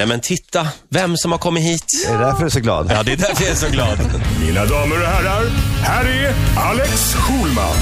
Nej men titta, vem som har kommit hit. Är det därför du är så glad? Ja, det är därför jag är så glad. Mina damer och herrar, här är Alex Schulman.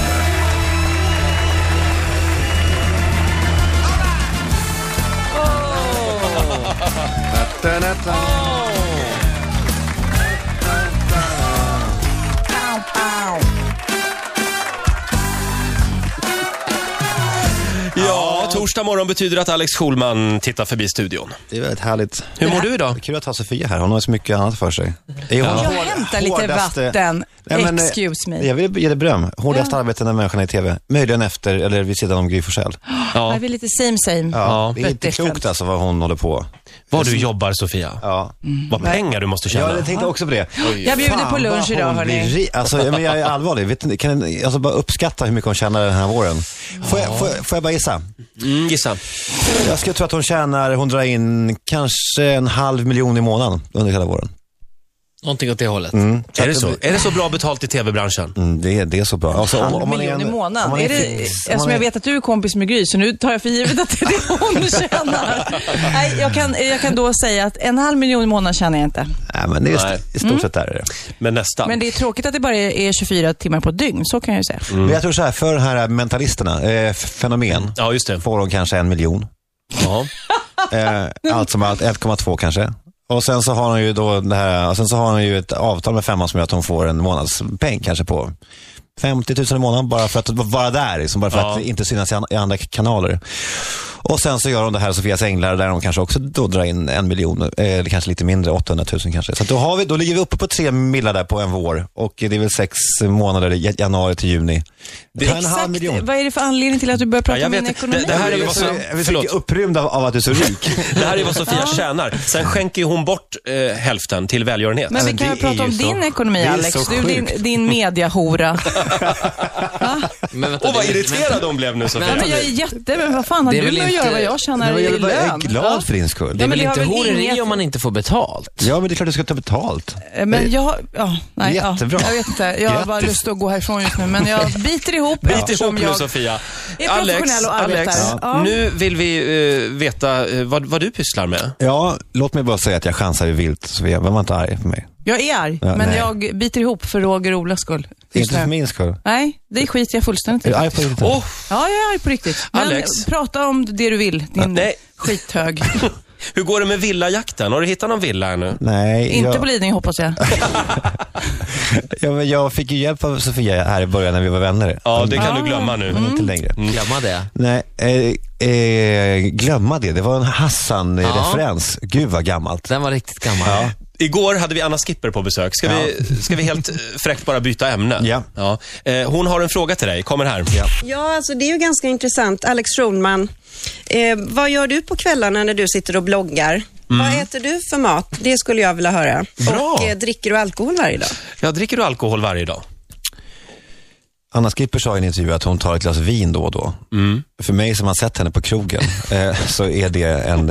Ja, torsdag morgon betyder att Alex Schulman tittar förbi studion. Det är väldigt härligt. Hur mår du idag? Kul att ha Sofia här, hon har så mycket annat för sig. Jag hämtar lite vatten. Excuse me. Jag vill ge dig beröm. Hårdaste arbetande människorna i tv. Möjligen efter, eller vid sidan om Gry Forssell. Ja. Jag är lite same. Ja, det är inte klokt alltså vad hon håller på. Vad du jobbar, Sofia. Ja. Vad pengar du måste tjäna. Ja, jag tänkte också på det. Jag bjuder på lunch idag, hörni. Alltså, men jag är allvarlig. Kan alltså bara uppskatta hur mycket hon tjänar den här våren? Får jag bara gissa? Gissa. Jag skulle tro att hon drar in kanske 500 000 i månaden under hela våren. Någonting åt det hållet. Är det så? Är det så bra betalt i tv-branschen? Det är så bra. Alltså, om man är i månaden. Eftersom jag vet att du är kompis med Gry, så nu tar jag för givet att det är det hon tjänar. Nej, jag kan då säga att 500 000 i månaden tjänar jag inte. Nej, men det är i stort sett där är det. Men nästan. Men det är tråkigt att det bara är 24 timmar på ett dygn, så kan jag ju säga. Men jag tror så här, för de här mentalisterna, fenomen, ja, just det. Får de kanske 1 miljon. Ja. Allt som allt 1,2 kanske. Och sen så har hon ju då det här, och sen så har hon ju ett avtal med Femman som gör att hon får en månadspeng kanske på 50 000 i månaden bara för att vara där, liksom, bara för att inte synas i andra kanaler. Och sen så gör de det här Sofias Änglar där de kanske också då drar in 1 miljon, eller kanske lite mindre, 800 000 kanske. Så då ligger vi uppe på 3 millar där på en vår, och det är väl 6 månader, januari till juni. Det är exakt. Vad är det för anledning till att du börjar prata om min ekonomi? Det här är vad jag är upprymd av att du är så rik. Det här är vad Sofia tjänar. Sen skänker hon bort hälften till välgörenhet. Men vi kan ju prata om din ekonomi, Alex. Du är din mediahora. Och vad irriterad de blev nu, Sofia. Men jag är men vad fan har du med att göra vad jag tjänar i lön? Jag är glad för din skull. Det är väl inte horeri om man inte får betalt? Ja, men det är klart du ska ta betalt. Men jättebra. Jag vet inte. Jag har bara lust att gå härifrån just nu, men jag biter ihop. Bit ihop nu, Sofia. Alex, nu vill vi veta vad du pysslar med. Ja, låt mig bara säga att jag chansar i vilt, Sofia. Var man inte arg för mig? Jag är arg, men jag biter ihop för Roger Olas skull. Inte för min skull. Nej, det skiter jag fullständigt i. Är du arg på riktigt? Ja, jag är arg på riktigt. Men Alex, prata om det du vill, din skithög. Hur går det med villajakten? Har du hittat någon villa här nu? Nej. Inte på Lidingö, hoppas jag. Jag fick ju hjälp av Sofia här i början när vi var vänner. Ja, det kan du glömma nu. Men inte längre. Glömma det? Nej, glömma det. Det var en Hassan-referens. Gud vad gammalt. Den var riktigt gammal. Ja. Igår hade vi Anna Skipper på besök. Ska vi helt fräckt bara byta ämne? Ja. Hon har en fråga till dig. Kommer här. Ja, alltså det är ju ganska intressant. Alex Schulman, vad gör du på kvällarna när du sitter och bloggar? Vad äter du för mat? Det skulle jag vilja höra. Bra. Och dricker du alkohol varje dag? Ja, dricker du alkohol varje dag? Anna Skipper sa i en intervju att hon tar ett glas vin då och då. För mig som har sett henne på krogen så är det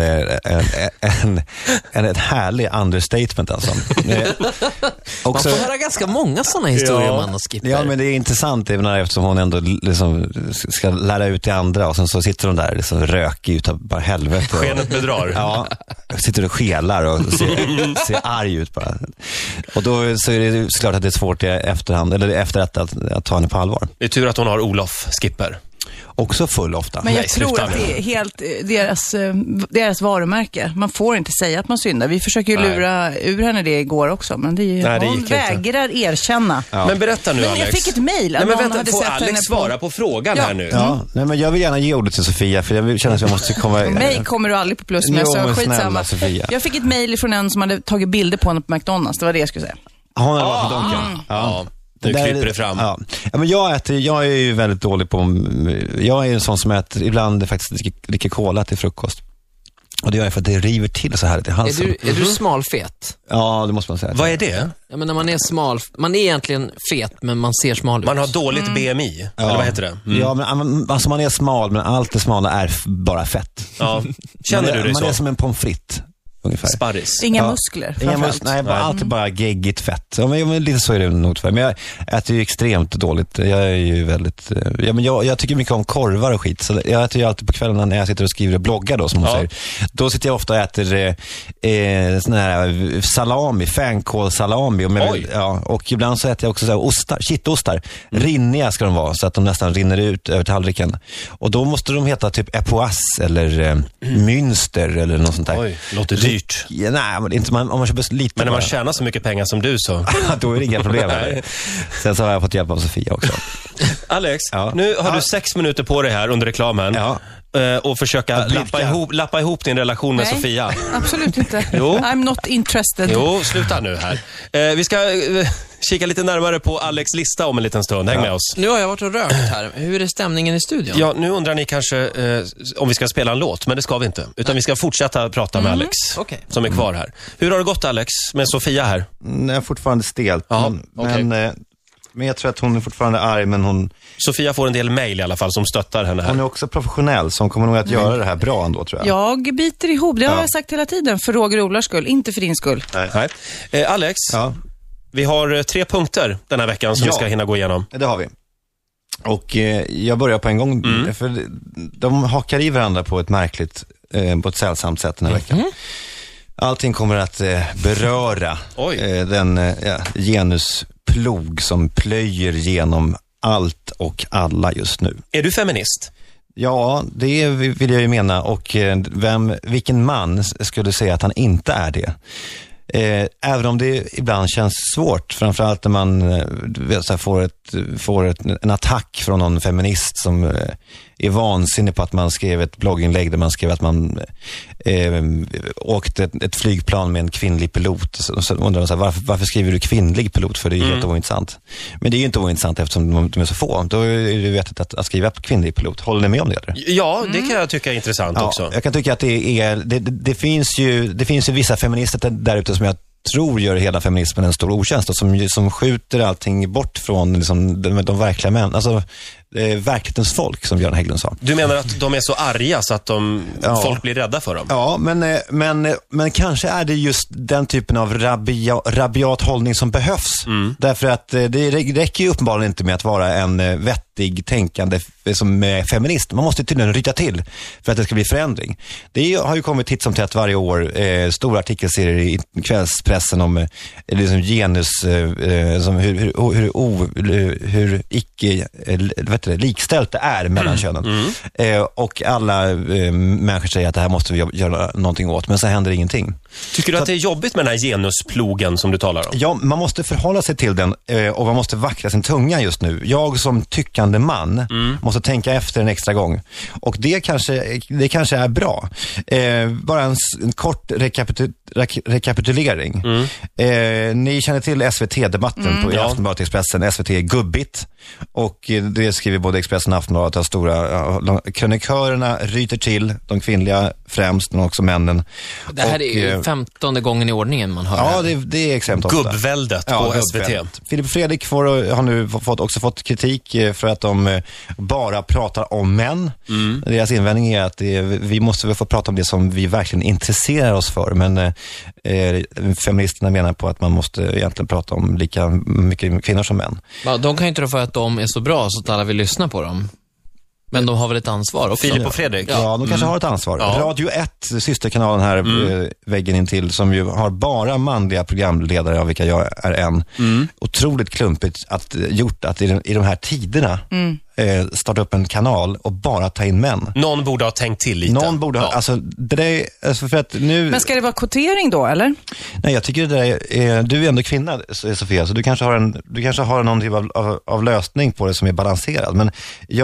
en härlig understatement alltså. Man får höra ganska många sådana historier om Anna Skipper. Ja, men det är intressant även eftersom hon ändå liksom ska lära ut till andra och sen så sitter hon där liksom rökig utav bara helvete. Skenet bedrar. Ja, sitter och skelar och ser arg ut bara. Och då så är det klart att det är svårt i efterhand, eller efter att ta henne på allvar. Det är tur att hon har Olof Skipper. Också full ofta. Men jag tror att det är helt deras varumärke. Man får inte säga att man syndar. Vi försöker ju lura ur henne det igår också, men hon vägrar erkänna. Ja. Men berätta nu, Alex. Men jag fick ett mejl. Nej, men vänta, får Alex svara på frågan här nu? Ja, nej, men jag vill gärna ge ordet till Sofia, för jag känner att jag måste komma... Mig kommer du aldrig på plus med, så skitsamma. Jag fick ett mejl från en som hade tagit bilder på henne på McDonalds. Det var det jag skulle säga. Hon har varit på Donken. Ja. Nu kryper det fram. Ja, men jag är ju väldigt dålig på... Jag är en sån som äter ibland faktiskt dricker cola till frukost. Och det gör jag för att det river till så här i halsen. Är du smalfet? Ja, det måste man säga. Vad är det? Ja, men när man är smal, man är egentligen fet men man ser smal ut. Man har dåligt BMI, eller vad heter det? Ja, men alltså man är smal, men allt det smala är bara fett. Ja. Känner du det så? Man är som en pommes frites. ungefär. Sparris. Inga muskler. Nej, alltid bara geggigt fett. Ja, men lite så är det nog för. Men jag äter ju extremt dåligt. Jag är ju väldigt... jag tycker mycket om korvar och skit. Så jag äter ju alltid på kvällen när jag sitter och skriver och bloggar då, som hon säger. Då sitter jag ofta och äter sån här salami, fänkålsalami. Och ibland så äter jag också så här ostar, kittostar. Rinniga ska de vara, så att de nästan rinner ut över tallriken. Och då måste de heta typ epoas eller Münster eller något sånt där. Oj, låter dyrt. Ja, nej, men inte om man köper lite. Men när man tjänar så mycket pengar som du så... då är det inga problem. Sen så har jag fått hjälp av Sofia också. Alex, nu har du 6 minuter på dig här under reklamen. Och försöka lappa ihop din relation med Sofia. Absolut inte. I'm not interested. Jo, sluta nu här. Vi ska kika lite närmare på Alex lista om en liten stund. Häng med oss. Nu har jag varit och rökt här. Hur är stämningen i studion? Ja, nu undrar ni kanske om vi ska spela en låt, men det ska vi inte. Utan vi ska fortsätta prata med Alex, som är kvar här. Hur har det gått, Alex, med Sofia här? Jag är fortfarande stelt. Men jag tror att hon är fortfarande arg, men hon... Sofia får en del mejl i alla fall som stöttar henne här. Hon är också professionell, som kommer nog att göra det här bra ändå, tror jag. Jag biter ihop, det har jag sagt hela tiden, för Roger och Olars skull, inte för din skull. Nej. Alex, vi har 3 punkter den här veckan som vi ska hinna gå igenom. Det har vi. Och jag börjar på en gång, för de hakar i varandra på ett märkligt, på ett sällsamt sätt den här veckan. Allting kommer att beröra den genusplog som plöjer genom allt och alla just nu. Är du feminist? Ja, det vill jag ju mena. Och vilken man skulle säga att han inte är det? Även om det ibland känns svårt, framförallt när man får en attack från någon feminist som är vansinnig på att man skrev ett blogginlägg där man skrev att man åkte ett flygplan med en kvinnlig pilot. Så undrar man så här, varför skriver du kvinnlig pilot? För det är helt ointressant. Men det är ju inte ointressant eftersom de är så få. Då är det ju vettigt att skriva på kvinnlig pilot. Håller ni med om det? Eller? Ja, det kan jag tycka är intressant också. Jag kan tycka att det finns ju vissa feminister där ute som jag tror gör hela feminismen en stor otjänst och som skjuter allting bort från liksom, de verkliga män. Alltså verklighetens folk, som Björn Hägglund sa. Du menar att de är så arga så att folk blir rädda för dem? Ja, men kanske är det just den typen av rabiat hållning som behövs. Därför att det räcker ju uppenbarligen inte med att vara en vettig, tänkande som feminist. Man måste tydligen ryta till för att det ska bli förändring. Det har ju kommit titt som tätt varje år stora artikelserier i kvällspressen om liksom genus, som hur icke likställt det är mellan könen. Och alla människor säger att det här måste vi göra någonting åt, men så händer ingenting. Tycker du att det är jobbigt med den här genusplogen som du talar om? Ja, man måste förhålla sig till den och man måste vackra sin tunga just nu. Jag som tyckande man måste tänka efter en extra gång. Och det kanske är bra. Bara en kort rekapitulering. Ni känner till SVT-debatten på Aftonbladet Expressen. SVT är gubbigt. Och det skriver både Expressen och Aftonbladet att stora krönikörerna ryter till, de kvinnliga främst, men också männen. Det här är ju 15:e gången i ordningen man hör. Ja, det är extremt ofta. Gubbväldet på SVT. Filip och Fredrik har nu också fått kritik för att de bara pratar om män. Deras invändning är att vi måste väl få prata om det som vi verkligen intresserar oss för, men feministerna menar på att man måste egentligen prata om lika mycket kvinnor som män. Ja, de kan ju inte rå för att de är så bra så att alla vill lyssna på dem. Men de har väl ett ansvar också. Filip och Fredrik. Ja, de kanske har ett ansvar. Ja. Radio 1, systerkanalen här, väggen in till, som ju har bara manliga programledare, av vilka jag är en. Otroligt klumpigt gjort att i de här tiderna starta upp en kanal och bara ta in män. Någon borde ha tänkt till lite. Någon borde ha, för att nu... Men ska det vara kvotering då, eller? Nej, jag tycker du är ändå kvinna, Sofia, så du kanske har någon typ av lösning på det som är balanserad. Men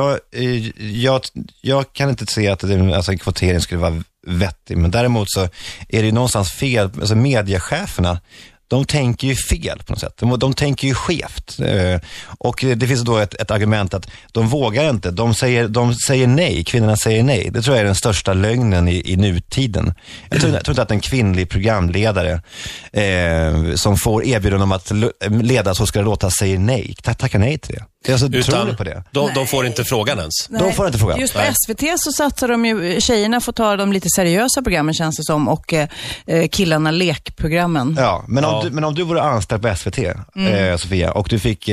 jag kan inte se att en kvotering skulle vara vettig, men däremot så är det ju någonstans fel, alltså mediecheferna, de tänker ju fel på något sätt. De tänker ju skevt. Och det finns då ett argument att de vågar inte. De säger nej. Kvinnorna säger nej. Det tror jag är den största lögnen i nutiden. Jag tror inte att en kvinnlig programledare som får erbjudande om att leda så ska det låta säger nej. Tacka nej till det. tror ni på det? De får inte frågan ens. Nej. De får inte frågan. Just på SVT så satsar de ju, tjejerna får ta de lite seriösa programmen känns det som, och killarna lekprogrammen. Ja, men om du vore anställd på SVT, Sofia, och du fick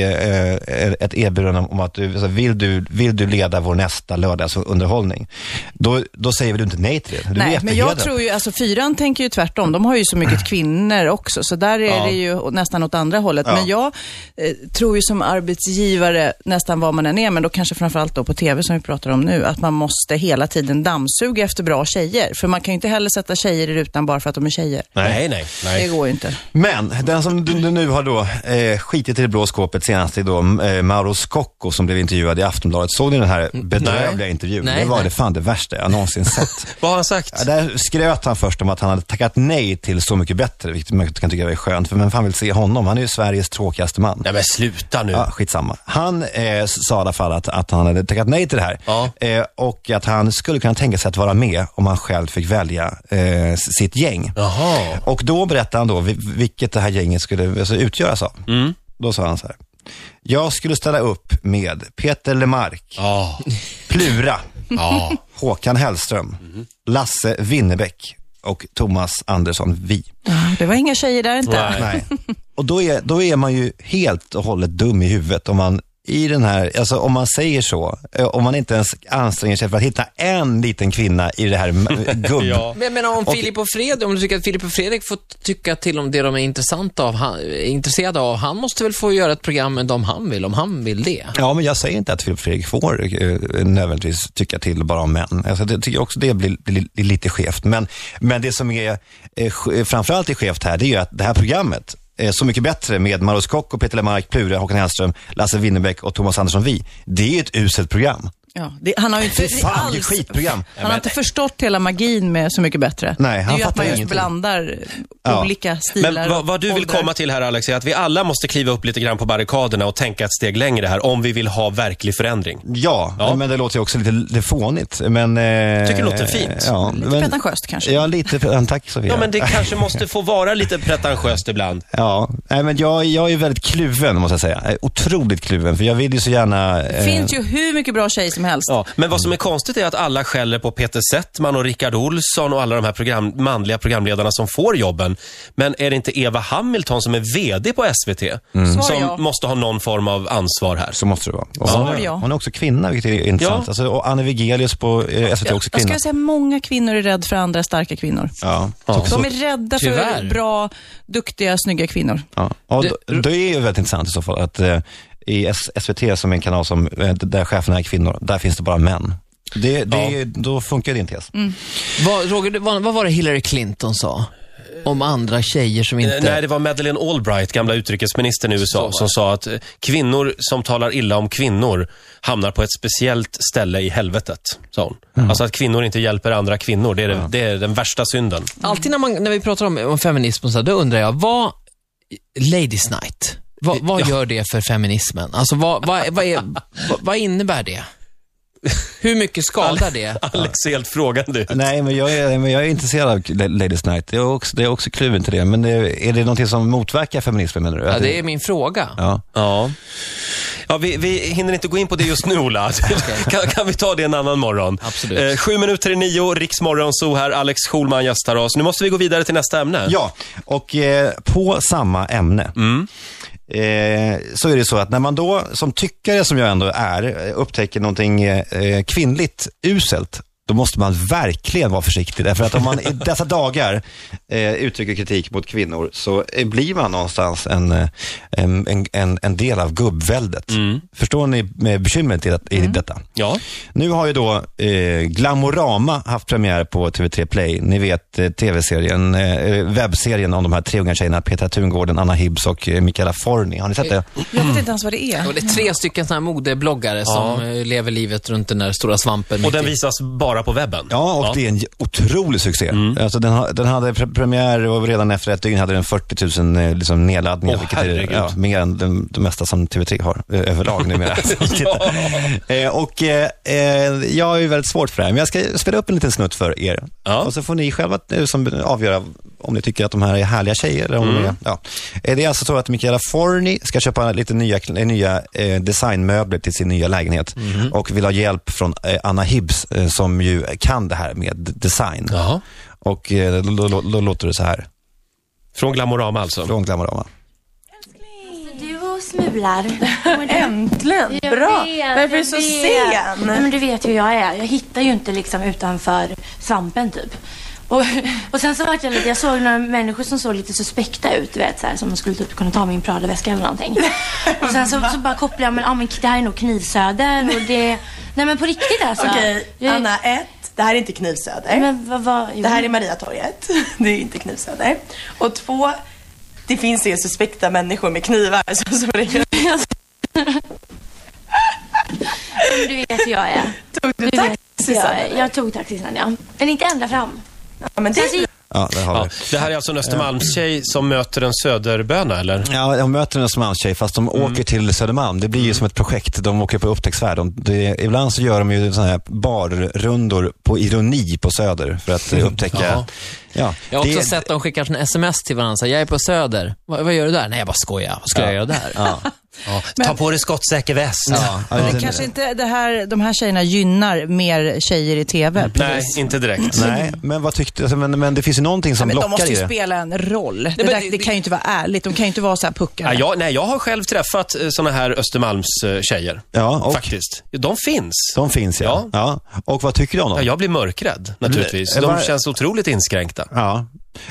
ett erbjudande om att vill du leda vår nästa lördagsunderhållning, då säger du inte nej till det. Nej, men jag tror ju, alltså 4 tänker ju tvärtom. De har ju så mycket kvinnor också, så där är det ju nästan åt andra hållet. Men jag tror ju som arbetsgivare, nästan vad man än är, men då kanske framförallt då på tv som vi pratar om nu, att man måste hela tiden dammsuga efter bra tjejer. För man kan ju inte heller sätta tjejer i rutan bara för att de är tjejer. Nej. Det går ju inte. Men den som du nu har då skitit i det blå skåpet senast är då Mauro Scocco som blev intervjuad i Aftonbladet. Såg ni den här bedrövliga intervjun? Det var det fan det värsta jag någonsin sett. Vad har han sagt? Ja, där skröt han först om att han hade tackat nej till Så mycket bättre, vilket man kan tycka är skönt, för vem fan vill se honom? Han är ju Sveriges tråkigaste man. Nej, men sluta nu. Ja, skitsamma. Han sa i alla fall att han hade tackat nej till det här. Och att han skulle kunna tänka sig att vara med om han själv fick välja sitt gäng. Jaha. Och då berättade han då vilket det här gänget skulle utgöras av. Då sa han så här: jag skulle ställa upp med Peter Lemark, Plura, Håkan Hellström, Lasse Winnerbäck och Thomas Andersson Vi. Det var inga tjejer där inte. Nej. Och då är man ju helt och hållet dum i huvudet om man i den här, alltså om man säger så, om man inte ens anstränger sig för att hitta en liten kvinna i det här gubb. Men om Filip och Fredrik, om du tycker att Filip och Fredrik får tycka till om det de är intresserade av, han måste väl få göra ett program med dem han vill, om han vill det. Ja, men jag säger inte att Filip och Fredrik får nödvändigtvis tycka till bara om män. Alltså, jag tycker också det blir lite skevt. Men det som är framförallt är skevt här, det är ju att det här programmet Så mycket bättre med Mauro Scocco, Peter Lemark, Plura, Håkan Hellström, Lasse Winnerbäck och Thomas Andersson Vi. Det är ett uselt program. Ja, han har ju inte alls skitprogram. Han har inte förstått hela magin med Så mycket bättre. Nej, han det är ju att man just ingenting. Blandar olika stilar. Men vad du vill komma till här, Alex, är att vi alla måste kliva upp lite grann på barrikaderna och tänka ett steg längre här om vi vill ha verklig förändring. Ja. Men det låter ju också lite fånigt. Men, jag tycker det låter fint. Ja, lite pretentiöst kanske. Ja, lite tack Sofia. Ja, men det kanske måste få vara lite pretentiöst ibland. Ja, men jag är väldigt kluven, måste jag säga. Jag är otroligt kluven, för jag vill ju så gärna... Det finns ju hur mycket bra tjejer som helst. Ja, men vad som är konstigt är att alla skäller på Peter Settman och Rickard Olsson och alla de här manliga programledarna som får jobben. Men är det inte Eva Hamilton som är vd på SVT som måste ha någon form av ansvar här? Så måste det vara. Och hon är också kvinna, vilket är intressant. Ja. Alltså, och Anne Vigelius på SVT är också kvinna. Jag ska säga många kvinnor är rädda för andra starka kvinnor. Ja. De är rädda för bra, duktiga, snygga kvinnor. Ja. Och det är ju väldigt intressant i så fall att i SVT som är en kanal som, där cheferna är kvinnor, där finns det bara män. Då funkar din tes. Roger, vad var det Hillary Clinton sa om andra tjejer som inte... Nej, det var Madeleine Albright, gamla utrikesministern i USA, som sa att kvinnor som talar illa om kvinnor hamnar på ett speciellt ställe i helvetet, sa hon. Alltså att kvinnor inte hjälper andra kvinnor, det är den värsta synden. Alltid när vi pratar om feminism så då undrar jag, vad Ladies Night, vad gör det för feminismen? Alltså vad innebär det? Hur mycket skadar det? Alex är helt frågande. Nej, men jag är intresserad av Ladies Night. Det är också kluven till det. Men är det någonting som motverkar feminismen, menar du? Ja, det är min fråga. Ja, vi hinner inte gå in på det just nu, Ola. Kan vi ta det en annan morgon? Absolut. 7:09, Riks Morgonzoo här. Alex Schulman gästar oss. Nu måste vi gå vidare till nästa ämne. Ja, och på samma ämne. Så är det så att när man då som tyckare, som jag ändå är, upptäcker någonting kvinnligt uselt, då måste man verkligen vara försiktig. Därför att om man i dessa dagar uttrycker kritik mot kvinnor, så blir man någonstans en del av gubbväldet. Förstår ni med bekymret i detta? Ja. Nu har ju då Glamorama haft premiär på TV3 Play. Ni vet tv-serien, webbserien om de här 3 unga tjejerna, Petra Tungården, Anna Hibbs och Michaela Forni. Har ni sett det? Jag vet inte ens vad det är. Det är 3 stycken såna här modebloggare som lever livet runt den där stora svampen. Och den visas bara på webben. Ja, och det är en otrolig succé. Alltså den hade premiär och redan efter ett dygn hade den 40 000 liksom nedladdningar. Vilket är mer än det mesta som TV3 har överlag numera. Och jag är ju väldigt svårt för det här. Men jag ska spela upp en liten snutt för er. Och så får ni själva som avgöra om ni tycker att de här är härliga tjejer. Eller om de är, ja. Det är alltså så att Michaela Forni ska köpa lite nya designmöbler till sin nya lägenhet och vill ha hjälp från Anna Hibbs som ju kan det här med design. Jaha. Och då låter det så här. Från Glamorama alltså? Från Glamorama. Du och smular. Äntligen, bra. Varför är du så sen? Men du vet hur jag är. Jag hittar ju inte liksom utanför svampen typ. Och sen så var jag såg några människor som såg lite suspekta ut, du vet, så här, som man skulle typ kunna ta min Prada-väska eller någonting. Och sen så bara kopplade jag, men det här är nog Knivsöder och det... Nej men på riktigt alltså. Okej, Anna, 1, det här är inte Knivsöder. Men vad det här är Mariatorget. Det är inte Knivsöder. Och 2, det finns ju suspekta människor med knivar som ringer. Du vet hur jag är. Tog du taxi? Jag tog taxi sen, ja. Men inte ända fram. Ja, men det... Ja, det har vi. Det här är alltså en Östermalmstjej som möter en söderböna, eller? Ja, de möter en Östermalmstjej fast de åker till Södermalm. Det blir ju som ett projekt. De åker på upptäcktsfärd. Ibland så gör de ju såna här barrundor på ironi på Söder för att upptäcka... Ja, jag har också sett dem skicka en sms till varandra. Så jag är på Söder. Vad gör du där? Nej, jag bara skojar. Vad ska jag göra där? Ja. Ja, ta på dig skottsäker väst. Ja. Men det kanske inte de här tjejerna gynnar mer tjejer i tv. Nej, inte direkt. Nej, men vad tyckte alltså, men det finns ju någonting som blockar i det. De måste ju spela en roll. Det kan ju inte vara ärligt. De kan ju inte vara så här puckade. Ja, jag har själv träffat såna här Östermalms tjejer. Ja, faktiskt. De finns. De finns, ja. Och vad tycker du om dem? Ja, jag blir mörkrädd, naturligtvis. De känns otroligt inskränkta. Ja.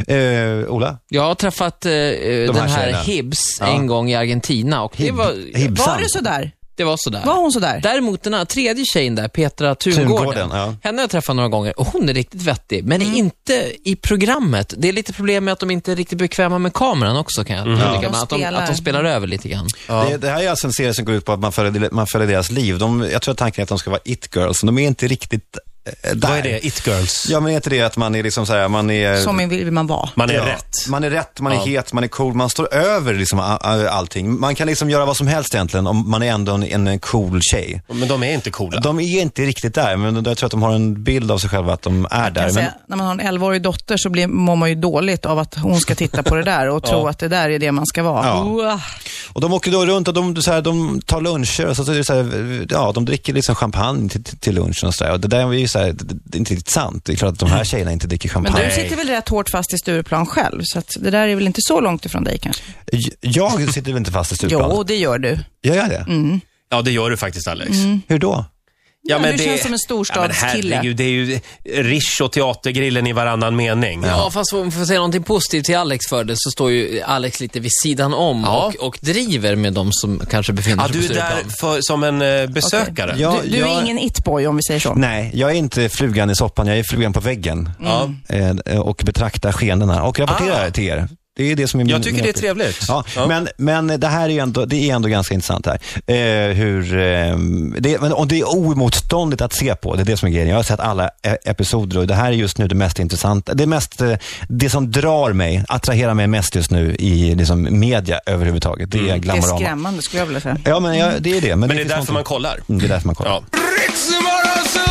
Ola? Jag har träffat den här Hibbs en gång i Argentina och det var det sådär? Det var sådär. Var hon sådär? Däremot den här tredje tjejen där, Petra Tungården. Henne har jag träffat några gånger och hon är riktigt vettig. Men inte i programmet. Det är lite problem med att de inte är riktigt bekväma med kameran också, kan jag tycka. Att de spelar över lite grann. Ja. Det här är alltså en serie som går ut på att man följer deras liv. Jag tror att tanken är att de ska vara it-girls. De är inte riktigt... Vad är det? It-girls? Ja, men är inte det att man är liksom så här, man är... Som vill man vara. Man är rätt. Man är rätt, man är het, man är cool, man står över liksom allting. Man kan liksom göra vad som helst egentligen om man är ändå en cool tjej. Men de är inte coola. De är inte riktigt där, men jag tror att de har en bild av sig själva att de är där. Men... när man har en 11-årig dotter så mår man ju dåligt av att hon ska titta på det där och tro att det där är det man ska vara. Ja. Och de åker då runt och de tar luncher och så är det så här, de dricker liksom champagne till lunchen och så där. Och det där är ju så här, det är inte riktigt sant. Det är klart att de här tjejerna inte dricker champagne. Men du sitter väl rätt hårt fast i Stureplan själv, så att det där är väl inte så långt ifrån dig kanske? Jag sitter väl inte fast i Stureplan? Jo, det gör du. Gör jag det? Mm. Ja, det gör du faktiskt, Alex. Hur då? Ja, men du känns som en storstadskille. Ja, herregud, det är ju Rish och teatergrillen i varannan mening. Ja, fast om vi får säga någonting positivt till Alex för det, så står ju Alex lite vid sidan om och driver med dem som kanske befinner sig på Stureplan. Du är där som en besökare. Okay. Du är ingen it-boy om vi säger så. Nej, jag är inte flugan i soppan, jag är flugan på väggen. Och betraktar skeendena och rapporterar till er. Det är det som är jag tycker det är trevligt. Ja. Men det här är ändå ganska intressant här. Det är oemotståndligt att se på. Det är det som är grejen. Jag har sett alla episoder och det här är just nu det mest intressanta. Det som drar mig, attraherar mig mest just nu i liksom media överhuvudtaget. Det är Glamorama. Det är skrämmande skulle jag vilja säga. Ja, men det är det. Men det är därför man kollar. Det är därför man kollar. Riksmorgon